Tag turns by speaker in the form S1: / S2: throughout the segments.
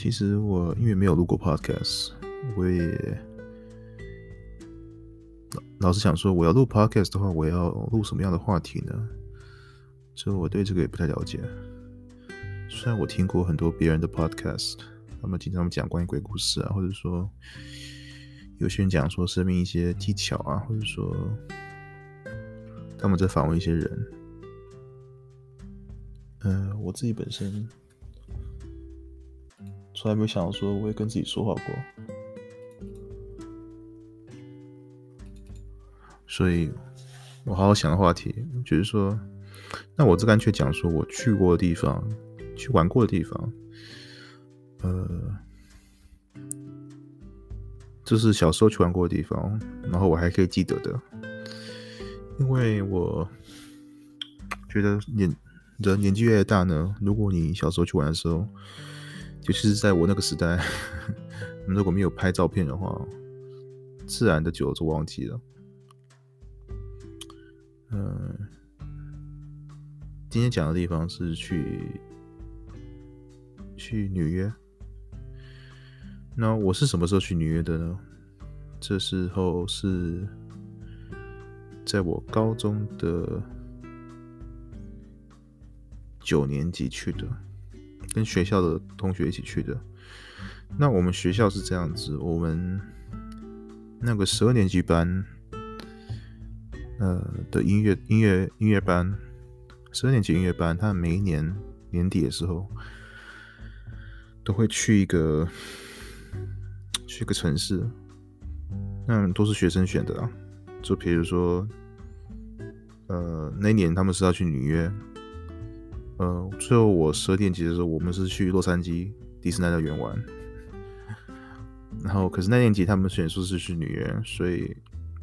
S1: 其实我因为没有录过 podcast， 我也老实想说，我要录 podcast 的话，我要录什么样的话题呢？所以我对这个也不太了解。虽然我听过很多别人的 podcast， 他们经常讲关于鬼故事啊，或者说有些人讲说生命一些技巧啊，或者说他们在访问一些人。我自己本身从来没有想到说我会跟自己说话过，所以我好好想的话题就是说，那我干脆讲说我去过的地方，去玩过的地方，这是小时候去玩过的地方，然后我还可以记得的，因为我觉得人年纪越大呢，如果你小时候去玩的时候，尤其是在我那个时代，如果没有拍照片的话，自然的久了就忘记了。今天讲的地方是去纽约。那我是什么时候去纽约的呢？这时候是在我高中的9年级去的，跟学校的同学一起去的。那我们学校是这样子，我们那个12年级班的音乐班，12年级音乐班，他每一年年底的时候都会去一个城市，那都是学生选的啊。就比如说，那一年他们是要去纽约，最后我12年级的时候，我们是去洛杉矶迪士尼乐园玩。然后，可是那年级他们选说是去纽约，所以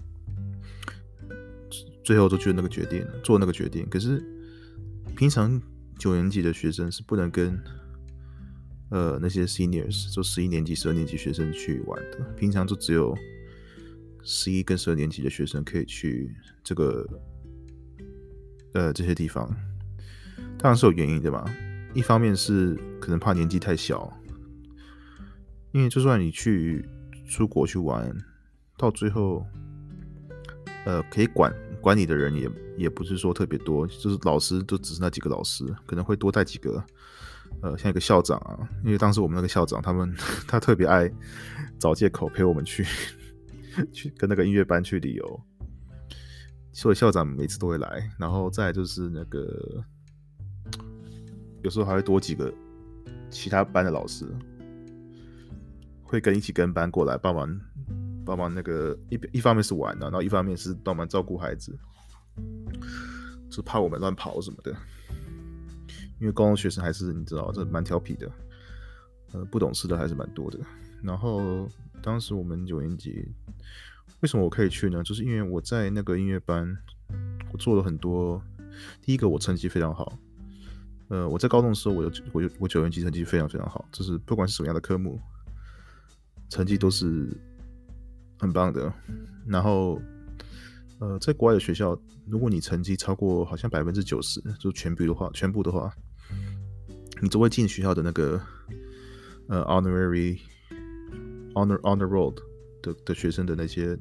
S1: 最后就做那个决定。可是平常9年级的学生是不能跟那些 seniors， 就11年级、12年级学生去玩的。平常就只有11跟12年级的学生可以去这个这些地方。当然是有原因的嘛，一方面是可能怕年纪太小。因为就算你出国去玩，到最后，可以管你的人也不是说特别多，就是老师就只是那几个老师，可能会多带几个，像一个校长啊。因为当时我们那个校长他特别爱找借口陪我们去跟那个音乐班去旅游，所以校长每次都会来。然后再来就是那个，有时候还会多几个其他班的老师。会一起跟班过来帮忙那个一方面是玩然后一方面是帮忙照顾孩子，就怕我们乱跑什么的。因为高中学生还是你知道，这蛮调皮的，不懂事的还是蛮多的。然后当时我们9年级，为什么我可以去呢？就是因为我在那个音乐班，我做了很多。第一个，我成绩非常好。我在高中的时候，我9年级成绩非常非常好，就是不管是什么样的科目。成绩都是很棒的，然后在国外的学校，如果你成绩超过好像90%，就全部的话，你都会进学校的那个honor roll 的学生的那些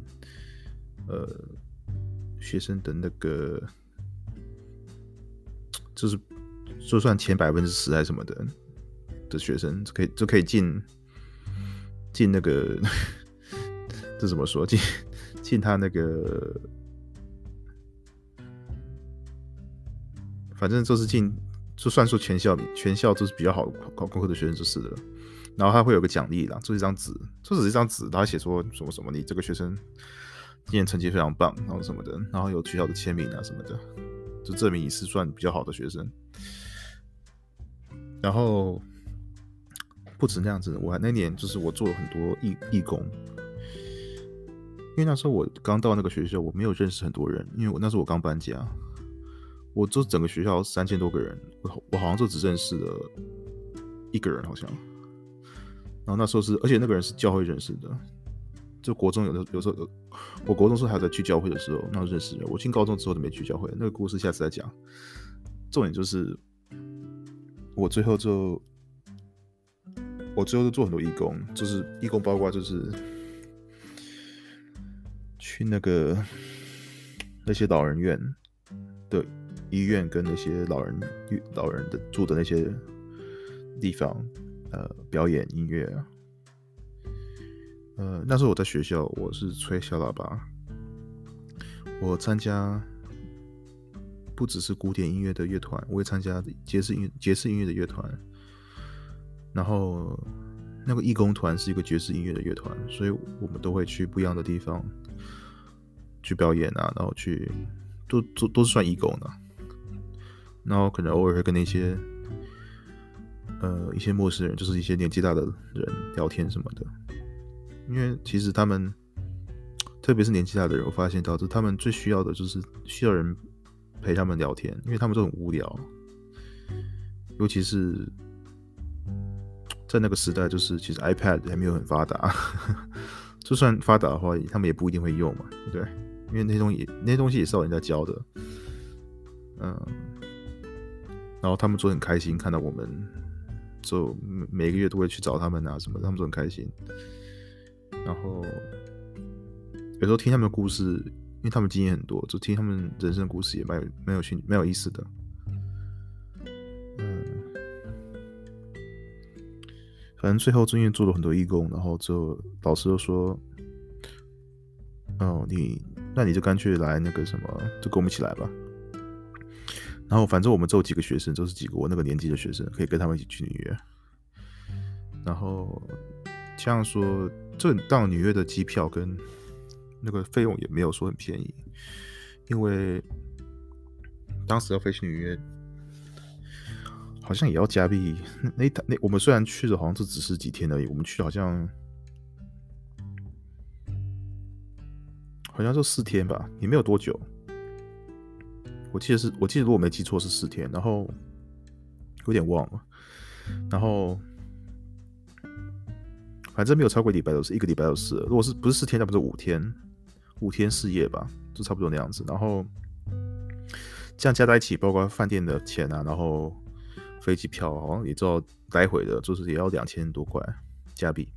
S1: 学生的那个，就是就算前10%还是什么的学生就可以进那个这怎么说？进他那个，反正就是就算说全校就是比较好考功课的学生就是了。然后他会有个奖励啦，就是一张纸，就只是一张纸，他写说什么什么，你这个学生今年成绩非常棒，然后什么的，然后有学校的签名啊什么的，就证明你是算比较好的学生。然后不止那样子，我那年就是我做了很多义工，因为那时候我刚到那个学校，我没有认识很多人，因为那时候我刚搬家，我就整个学校3000多个人，我好像就只认识了1个人好像。然后那时候而且那个人是教会认识的，就国中有时候我国中时候还在去教会的时候，那认识人。我进高中之后就没去教会，那个故事下次再讲。重点就是我最后就我最后都做很多义工，就是义工包括就是去那些老人院的医院跟那些老人的住的那些地方，表演音乐啊。那时候我在学校，我是吹小喇叭，我参加不只是古典音乐的乐团，我也参加爵士音乐的乐团。然后那个义工团是一个爵士音乐的乐团，所以我们都会去不一样的地方去表演啊，然后去都是算义工的。然后可能偶尔会跟那些一些陌生人，就是一些年纪大的人聊天什么的。因为其实他们，特别是年纪大的人，我发现到他们最需要的就是需要人陪他们聊天，因为他们都很无聊，尤其是在那个时代，就是其实 iPad 还没有很发达，就算发达的话，他们也不一定会用嘛，对不对？因为那些东西也是要人家教的，然后他们就很开心看到我们，就每个月都会去找他们啊什么的，他们就很开心。然后有时候听他们的故事，因为他们经验很多，就听他们人生的故事也蛮有意思的。反正最后中间做了很多义工，然后就老师就说：“哦，那你就干脆来那个什么，就跟我们一起来吧。”然后反正我们只有几个学生，就是几个我那个年纪的学生，可以跟他们一起去纽约。然后像说，这到纽约的机票跟那个费用也没有说很便宜，因为当时要飞去纽约，好像也要加币。我们虽然去的好像只是几天而已，我们去好像就4天吧，也没有多久。我记得如果没记错是4天，然后有点忘了，然后反正没有超过1个礼拜，都是1个礼拜就是了。如果不是4天，那不是5天4夜吧，就差不多那样子。然后这样加在一起，包括饭店的钱啊，然后飞机票好像也知道来回的，就是也要2000多块加币。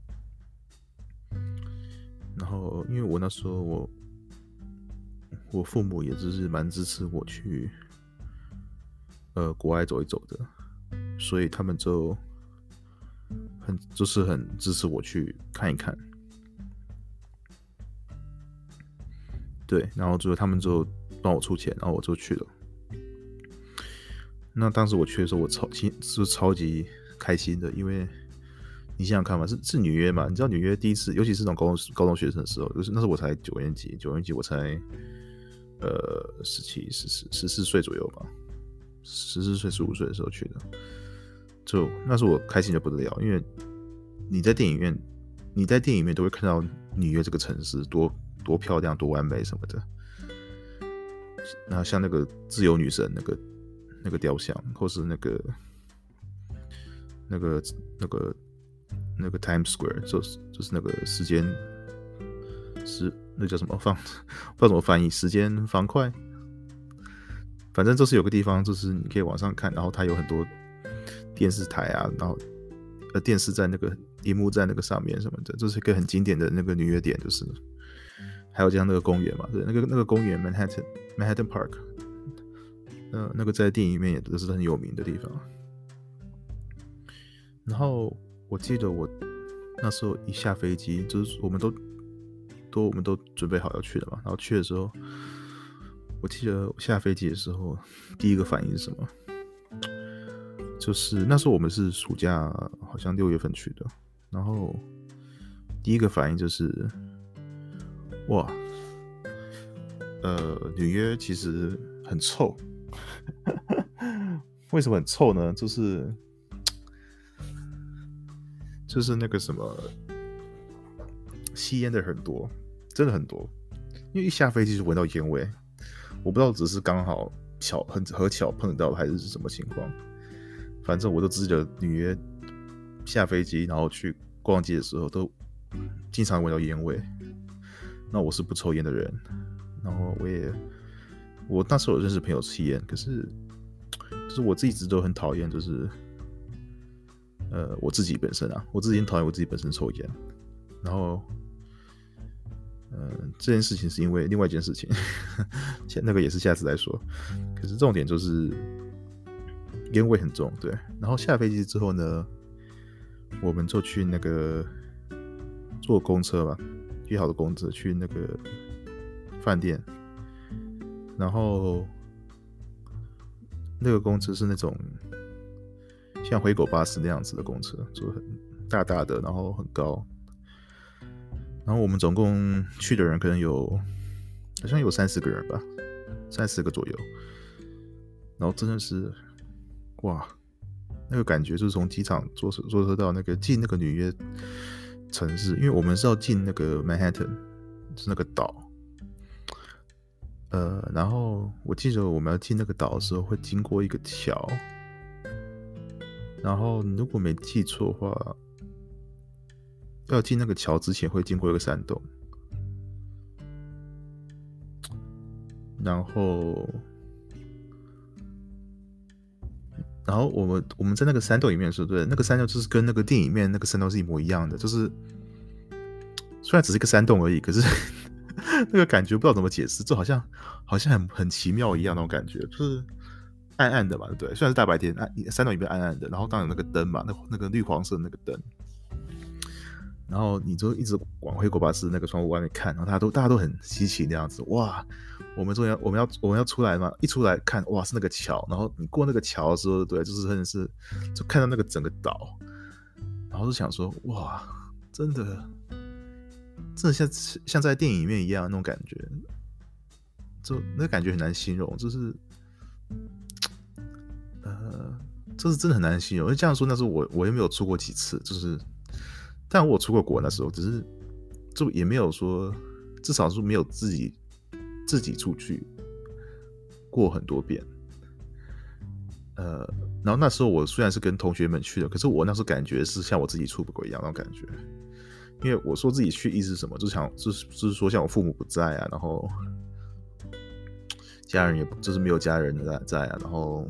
S1: 然后因为我那时候我父母也就是蛮支持我去国外走一走的，所以他们就很支持我去看一看。对，然后最后他们就帮我出钱，然后我就去了。那当时我去的时候，我超级开心的，因为你想想看嘛，是纽约嘛，你知道纽约第一次，尤其是那种高中学生的时候，就是那时候我才9年级我才14岁左右吧，14岁15岁的时候去的，就那时候我开心的不得了，因为你在电影院里面都会看到纽约这个城市多漂亮多完美什么的，然后像那个自由女神那个雕像，或是那个 Times Square， 就是那个那叫什么不知道怎么翻译，时间方块。反正就是有个地方，就是你可以往上看，然后它有很多电视台啊，然后电视在那个荧幕在那个上面什么的，这是一个很经典的那个纽约点，就是还有像那个公园嘛，对，那个公园 Manhattan Park， 那个在电影里面也都是很有名的地方。然后我记得我那时候一下飞机，就是我们都准备好要去了嘛，然后去的时候，我记得我下飞机的时候，第一个反应是什么？就是那时候我们是暑假，好像6月份去的，然后第一个反应就是，哇，纽约其实很臭。为什么很臭呢？就是那个什么，吸烟的很多，真的很多。因为一下飞机就闻到烟味，我不知道只是刚好很巧碰到还是什么情况。反正我都记得纽约下飞机然后去逛街的时候，都经常闻到烟味。那我是不抽烟的人，然后我那时候有认识朋友吸烟，可是就是我自己一直都很讨厌，就是我自己本身啊，我自己很讨厌我自己本身抽烟，然后这件事情是因为另外一件事情，那个也是下次再说。可是重点就是烟味很重，对。然后下飞机之后呢，我们就去那个坐公车嘛，约好的公车去那个饭店，然后那个公车是那种像灰狗巴士那样子的公车，就很大大的，然后很高。然后我们总共去的人可能好像有30个人吧，30个左右。然后真的是，哇，那个感觉就是从机场坐车到进那个纽约城市，因为我们是要进那个 Manhattan， 是那个岛。然后我记得我们要进那个岛的时候会经过一个桥，然后如果没记错的话，要进那个桥之前会经过一个山洞，然后我们在那个山洞里面的时候，对，那个山洞就是跟那个电影里面那个山洞是一模一样的，就是虽然只是一个山洞而已，可是那个感觉不知道怎么解释，就好像很奇妙一样那种感觉，就是暗暗的嘛，对不对？虽然是大白天，山洞里面暗暗的，然后当然有那个灯嘛，那个绿黄色的那个灯，然后你就一直往灰狗巴士那个窗户外面看，然后大家都很稀奇那样子，哇！我们要出来嘛，一出来看，哇，是那个桥，然后你过那个桥的时候，对，就是真的是就看到那个整个岛，然后就想说，哇，真的像在电影里面一样那种感觉，就那感觉很难形容，就是这是真的很难形容。因为这样说，那时候我也没有出过几次，就是但我有出过国那时候，只是就也没有说，至少是没有自己出去过很多遍。然后那时候我虽然是跟同学们去的，可是我那时候感觉是像我自己出国一样那种感觉。因为我说自己去意思是什么，就是说像我父母不在啊，然后家人也就是没有家人在啊，然后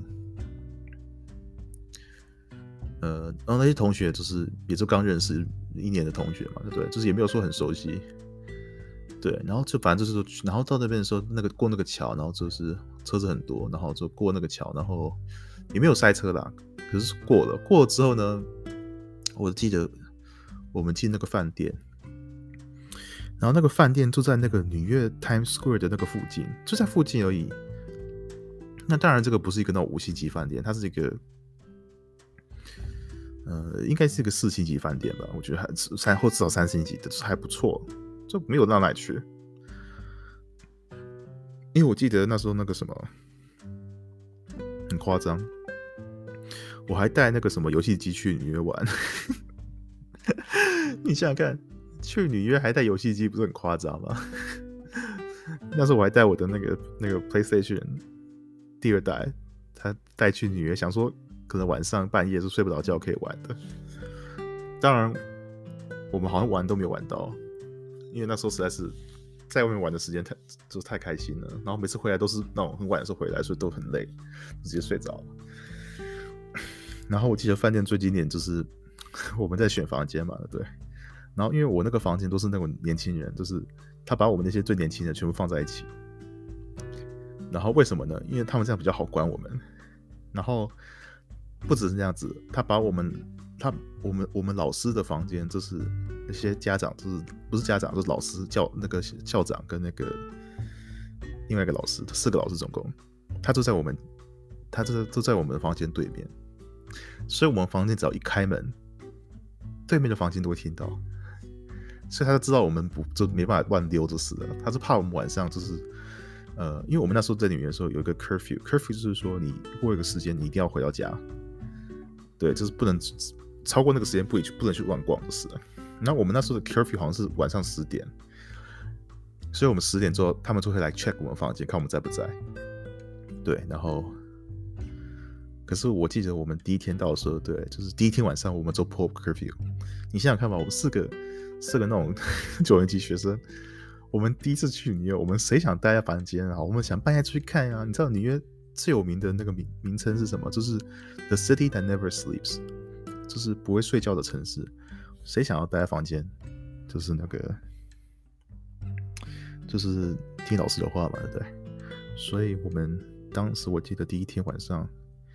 S1: 那些同学就是也就刚认识1年的同学嘛，对不对？就是也没有说很熟悉，对。然后就反正就是说，然后到那边的时候，过那个桥，然后就是车子很多，然后就过那个桥，然后也没有塞车啦，可是过了之后呢，我记得我们进那个饭店，然后那个饭店就在那个纽约 Times Square 的那个附近，就在附近而已。那当然，这个不是一个那种5星级饭店，它是一个应该是一个4星级饭店吧，我觉得或至少3星级的，还不错，就没有到哪里去。因为我记得那时候那个什么很夸张，我还带那个什么游戏机去纽约玩。你想想看，去纽约还带游戏机，不是很夸张吗？那时候我还带我的那个 PlayStation 第2代，他带去纽约，想说可能晚上半夜是睡不着觉可以玩的。当然，我们好像玩都没有玩到，因为那时候实在是在外面玩的时间太开心了，然后每次回来都是那种很晚的时候回来，所以都很累，直接睡着了。然后我记得饭店最经典就是我们在选房间嘛，对。然后因为我那个房间都是那种年轻人，就是他把我们那些最年轻的全部放在一起。然后为什么呢？因为他们这样比较好管我们。然后不只是这样子，他把我们老师的房间，就是那些家长，就是不是家长，就是老师那个校长跟那个另外一个老师，4个老师总共，他就在我们的房间对面，所以我们房间只要一开门，对面的房间都会听到，所以他就知道我们就没办法乱溜就是了。他是怕我们晚上就是因为我们那时候在里面的时候有一个 curfew 就是说你过一个时间你一定要回到家，对，就是不能超过那个时间不能去乱逛就是了。然后我们那时候的 curfew 好像是晚上10点，所以我们10点之后他们就会来 check 我们房间看我们在不在，对。然后可是我记得我们第一天到的时候，对，就是第一天晚上我们就破 curfew。你想想看吧，我们四个那种9年级学生，我们第一次去纽约，我们谁想待在房间啊？我们想半夜出去看啊！你知道纽约最有名的那个名称是什么？就是 The City That Never Sleeps， 就是不会睡觉的城市，谁想要待在房间？就是那个，就是听老师的话嘛，对不对？所以我们当时我记得第一天晚上，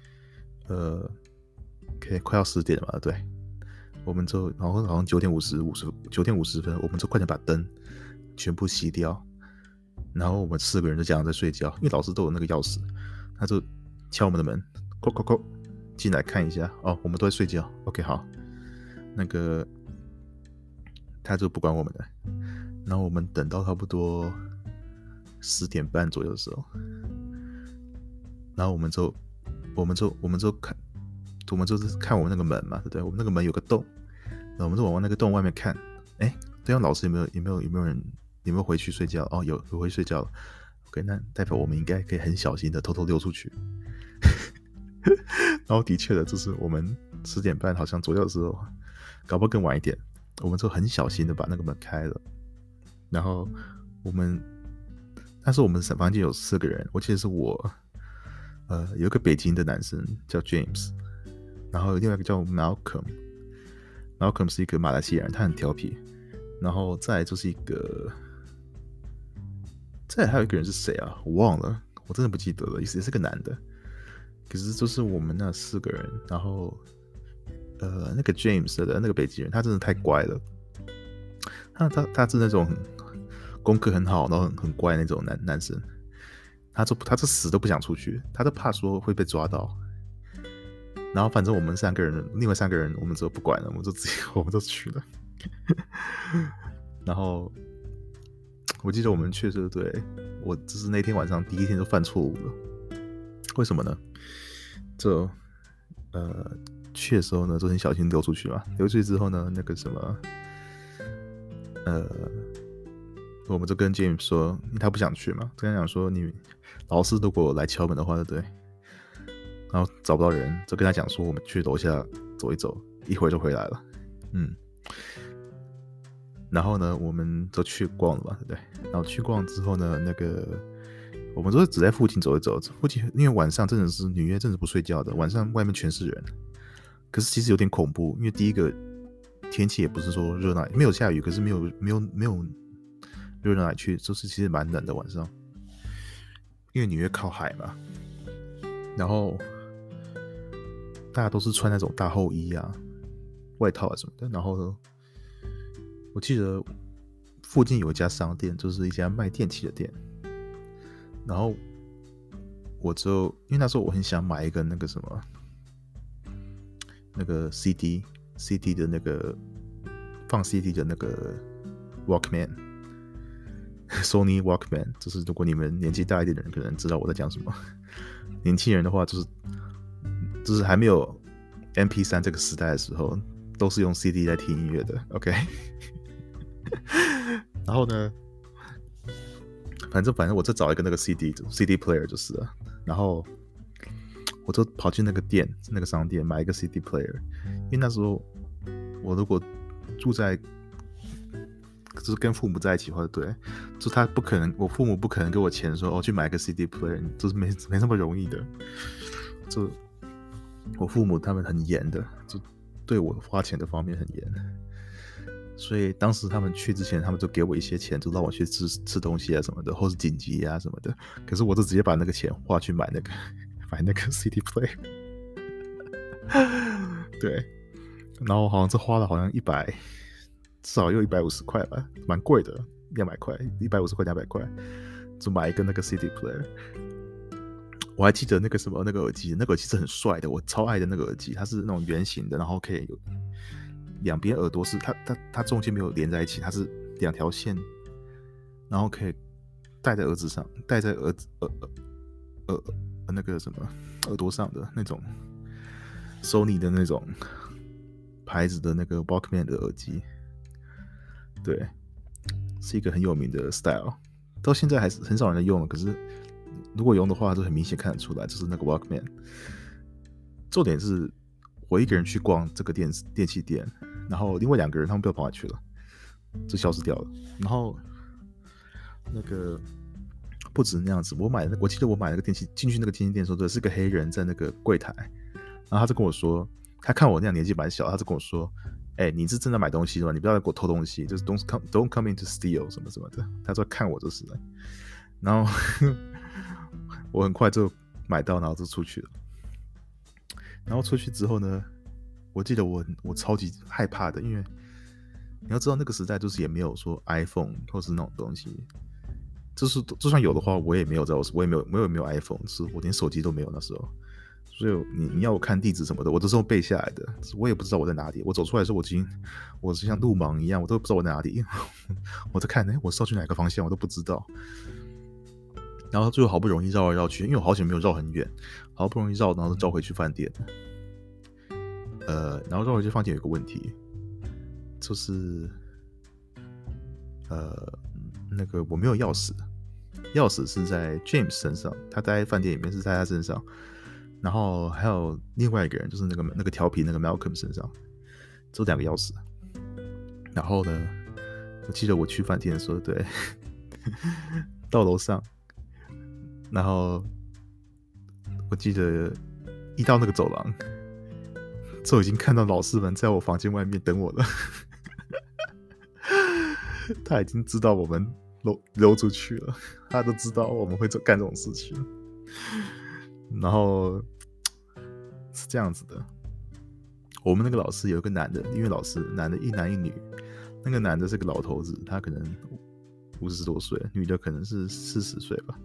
S1: 快要10点了嘛，对。我们就然后好像9点50分，我们就快点把灯全部熄掉，然后我们4个人就这样在睡觉，因为老师都有那个钥匙，他就敲我们的门，叩叩叩，进来看一下，哦，我们都在睡觉 ，OK 好，那个他就不管我们了，然后我们等到差不多10点半左右的时候，然后我们就看。我们就是看我们那个门嘛，对不对？我们那个门有个洞，然后我们就往那个洞外面看，哎，对方老师有没有回去睡觉？哦，有回去睡觉了。OK， 那代表我们应该可以很小心的偷偷溜出去。然后的确的，就是我们10点半好像左右的时候，搞不好更晚一点，我们就很小心的把那个门开了。然后但是我们房间有4个人，我记得是我，有一个北京的男生叫 James。然后另外一个叫 Malcolm 是一个马来西亚人，他很调皮。然后再来就是再来还有一个人是谁啊？我忘了，我真的不记得了，也是个男的。可是就是我们那4个人，然后那个 James 的那个北极人，他真的太乖了。他是那种功课很好，然后很乖的那种男生。他就死都不想出去，他就怕说会被抓到。然后反正我们3个人，另外3个人我们就不管了，我们就去了。然后我记得我们确实对我就是那天晚上第一天就犯错误了。为什么呢？就去的时候呢就很小心溜出去嘛，溜出去之后呢那个什么我们就跟 James 说，因为他不想去嘛，就跟他讲说你老师如果来敲门的话，对不对？然后找不到人，就跟他讲说我们去楼下走一走，一会儿就回来了。然后呢我们就去逛了嘛，对不对？然后去逛之后呢，那个我们都只在附近走一走，附近因为晚上真的是纽约真的不睡觉的，晚上外面全是人。可是其实有点恐怖，因为第一个天气也不是说热闹，没有下雨，可是没有热闹来去，就是其实蛮冷的晚上，因为纽约靠海嘛，然后大家都是穿那种大厚衣啊、外套啊什么的。然后呢，我记得附近有一家商店，就是一家卖电器的店。然后我就因为那时候我很想买一个那个什么，那个 CD 的那个放 CD 的那个 Walkman。Sony Walkman， 就是如果你们年纪大一点的人可能知道我在讲什么，年轻人的话就是还没有 MP3 这个时代的时候，都是用 CD 来听音乐的 ，OK 。然后呢，反正我就找一个那个 CD player 就是了，然后我就跑去那个商店买一个 CD player， 因为那时候我如果住在就是跟父母在一起的话，对，就我父母不可能给我钱说去买一个 CD player， 就是没那么容易的。就我父母他们很严的，就对我花钱的方面很严，所以当时他们去之前，他们就给我一些钱，就让我去吃东西啊什么的，或是紧急啊什么的。可是我就直接把那个钱花去买那个 CD player， 对，然后好像花了好像100。至少有150块吧，蛮贵的，200块，150块200块，就买一个那个 CD player。我还记得那个什么那个耳机是很帅的，我超爱的那个耳机，它是那种圆形的，然后可以有两边耳朵是它中间没有连在一起，它是2条线，然后可以戴在那个什么耳朵上的那种 Sony 的那种牌子的那个 Walkman 的耳机。对，是一个很有名的 style， 到现在还是很少人在用了。可是如果用的话，就很明显看得出来，就是那个 Walkman。重点是我一个人去逛这个电器店，然后另外2个人他们不知道跑哪去了，就消失掉了。然后那个不止那样子，我记得我买那个电器进去那个电器店的时候，是个黑人在那个柜台，然后他就跟我说， 他看我那样年纪蛮小，他就跟我说：“哎、你是真的买东西的吗？你不要来给我偷东西，就是 don't come in to steal 什么什么的。”他说看我就是了，然后我很快就买到，然后就出去了。然后出去之后呢，我记得我超级害怕的，因为你要知道那个时代就是也没有说 iPhone 或是那种东西，就是就算有的话，我也没有我也没有 iPhone，就是我连手机都没有那时候。所以你要我看地址什么的，我都是用背下来的，我也不知道我在哪里。我走出来的时候，我是像路盲一样，我都不知道我在哪里。我在看，我是要去哪个方向，我都不知道。然后最后好不容易绕来绕去，因为我好久没有绕很远，好不容易绕，然后绕回去饭店。然后绕回去饭店有一个问题，就是那个我没有钥匙，钥匙是在 James 身上，他待在饭店里面是在他身上。然后还有另外一个人，就是那个调皮那个 Malcolm 身上，只有2个钥匙。然后呢，我记得我去饭店的时候，对，到楼上，然后我记得一到那个走廊，就已经看到老师们在我房间外面等我了。他已经知道我们溜出去了，他都知道我们会干这种事情。然后是这样子的，我们那个老师有一个男的，因为老师男的一男一女，那个男的是个老头子，他可能50多岁，女的可能是40岁吧。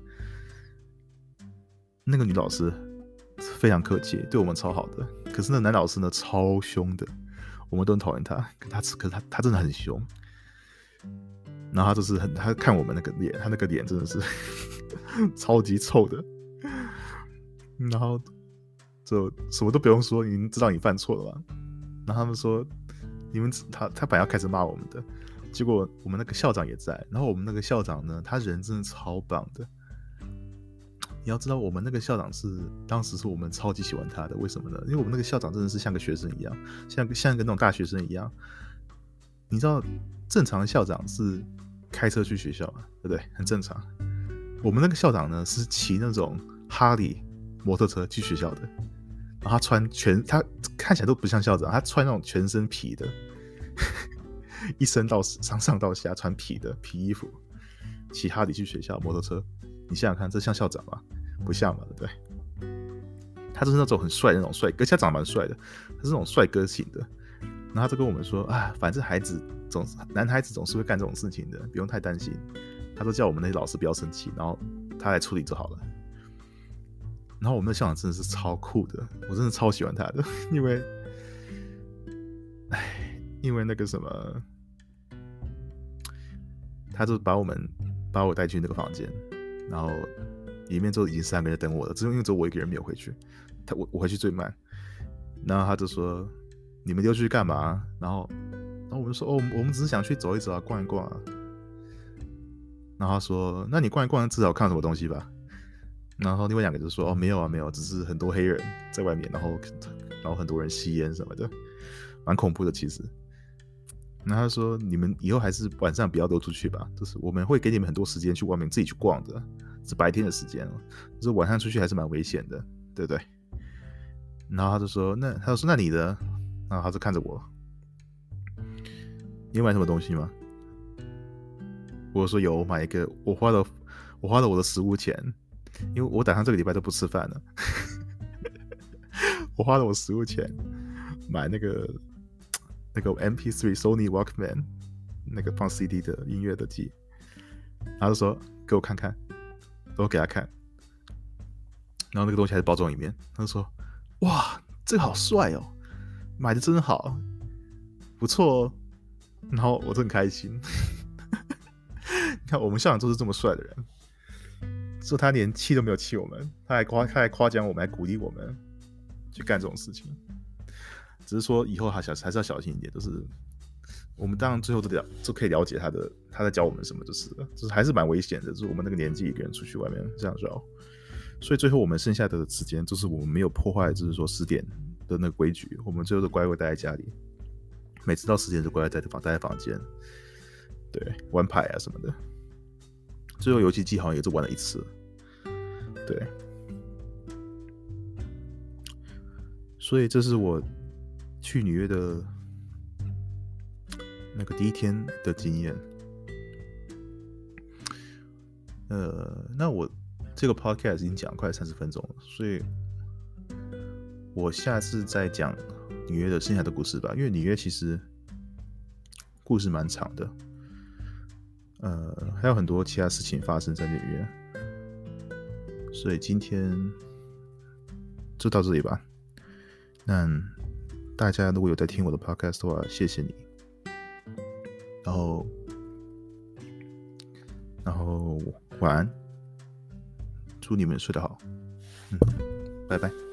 S1: 那个女老师非常客气，对我们超好的，可是那男老师呢超凶的，我们都很讨厌他，可是他真的很凶。然后他就是他看我们那个脸，他那个脸真的是超级臭的。然后就什么都不用说，你知道你犯错了吧？然后他们说他本来要开始骂我们的，结果我们那个校长也在。然后我们那个校长呢，他人真的超棒的。你要知道，我们那个校长当时是我们超级喜欢他的，为什么呢？因为我们那个校长真的是像个学生一样，像个那种大学生一样。你知道，正常的校长是开车去学校嘛，对不对？很正常。我们那个校长呢，是骑那种哈利摩托车去学校的，然后他看起来都不像校长，他穿那种全身皮的，一身上到下穿皮衣服，骑哈利去学校摩托车。你想想看，这像校长吗？不像嘛，对不对？他就是那种很帅的那种帅哥，而且他长得蛮帅的，他是那种帅哥型的。然后他就跟我们说啊，反正男孩子总是会干这种事情的，不用太担心。他都叫我们那些老师不要生气，然后他来处理就好了。然后我们的校长真的是超酷的，我真的超喜欢他的，因为那个什么，他就把我带去那个房间，然后里面就已经3个人等我了，因为只有我一个人没有回去，我回去最慢。然后他就说：“你们溜出去干嘛？”然后我们说：“哦，我们只是想去走一走啊，逛一逛啊。”然后他说：“那你逛一逛，至少看到什么东西吧？”然后另外2个就说：“哦，没有啊，没有，只是很多黑人在外面，然后很多人吸烟什么的，蛮恐怖的其实。”然后他说：“你们以后还是晚上不要溜出去吧，就是我们会给你们很多时间去外面自己去逛的，是白天的时间，就是晚上出去还是蛮危险的，对不对？”然后他就说：“那你的？”然后他就看着我：“你有买什么东西吗？”我说：“有，我买一个，我花了我的食物钱，因为我打算这个礼拜都不吃饭了。我花了我食物钱买那个 MP3 Sony Walkman 那个放 CD 的音乐的机。”他就说：“给我看看。”我给他看，然后那个东西还是包装里面。他就说：“哇，这个好帅哦，买的真好，不错哦。”然后我就很开心。你看，我们校长就是这么帅的人，说他连气都没有气我们，他还夸奖我们，还鼓励我们去干这种事情。只是说以后还是要小心一点，就是我们当然最后就可以了解他在教我们什么，就是还是蛮危险的，就是我们那个年纪一个人出去外面这样绕。所以最后我们剩下的时间，就是我们没有破坏，就是说10点的那个规矩，我们最后都乖乖待在家里，每次到10点就乖乖待在房间，对，玩牌啊什么的。最后游戏机好像也就玩了1次，对。所以这是我去纽约的那个第一天的经验。那我这个 podcast 已经讲快30分钟了，所以我下次再讲纽约的剩下的故事吧，因为纽约其实故事蛮长的，还有很多其他事情发生在纽约，所以今天就到这里吧。那大家如果有在听我的 podcast 的话，谢谢你。然后晚安，祝你们睡得好。拜拜。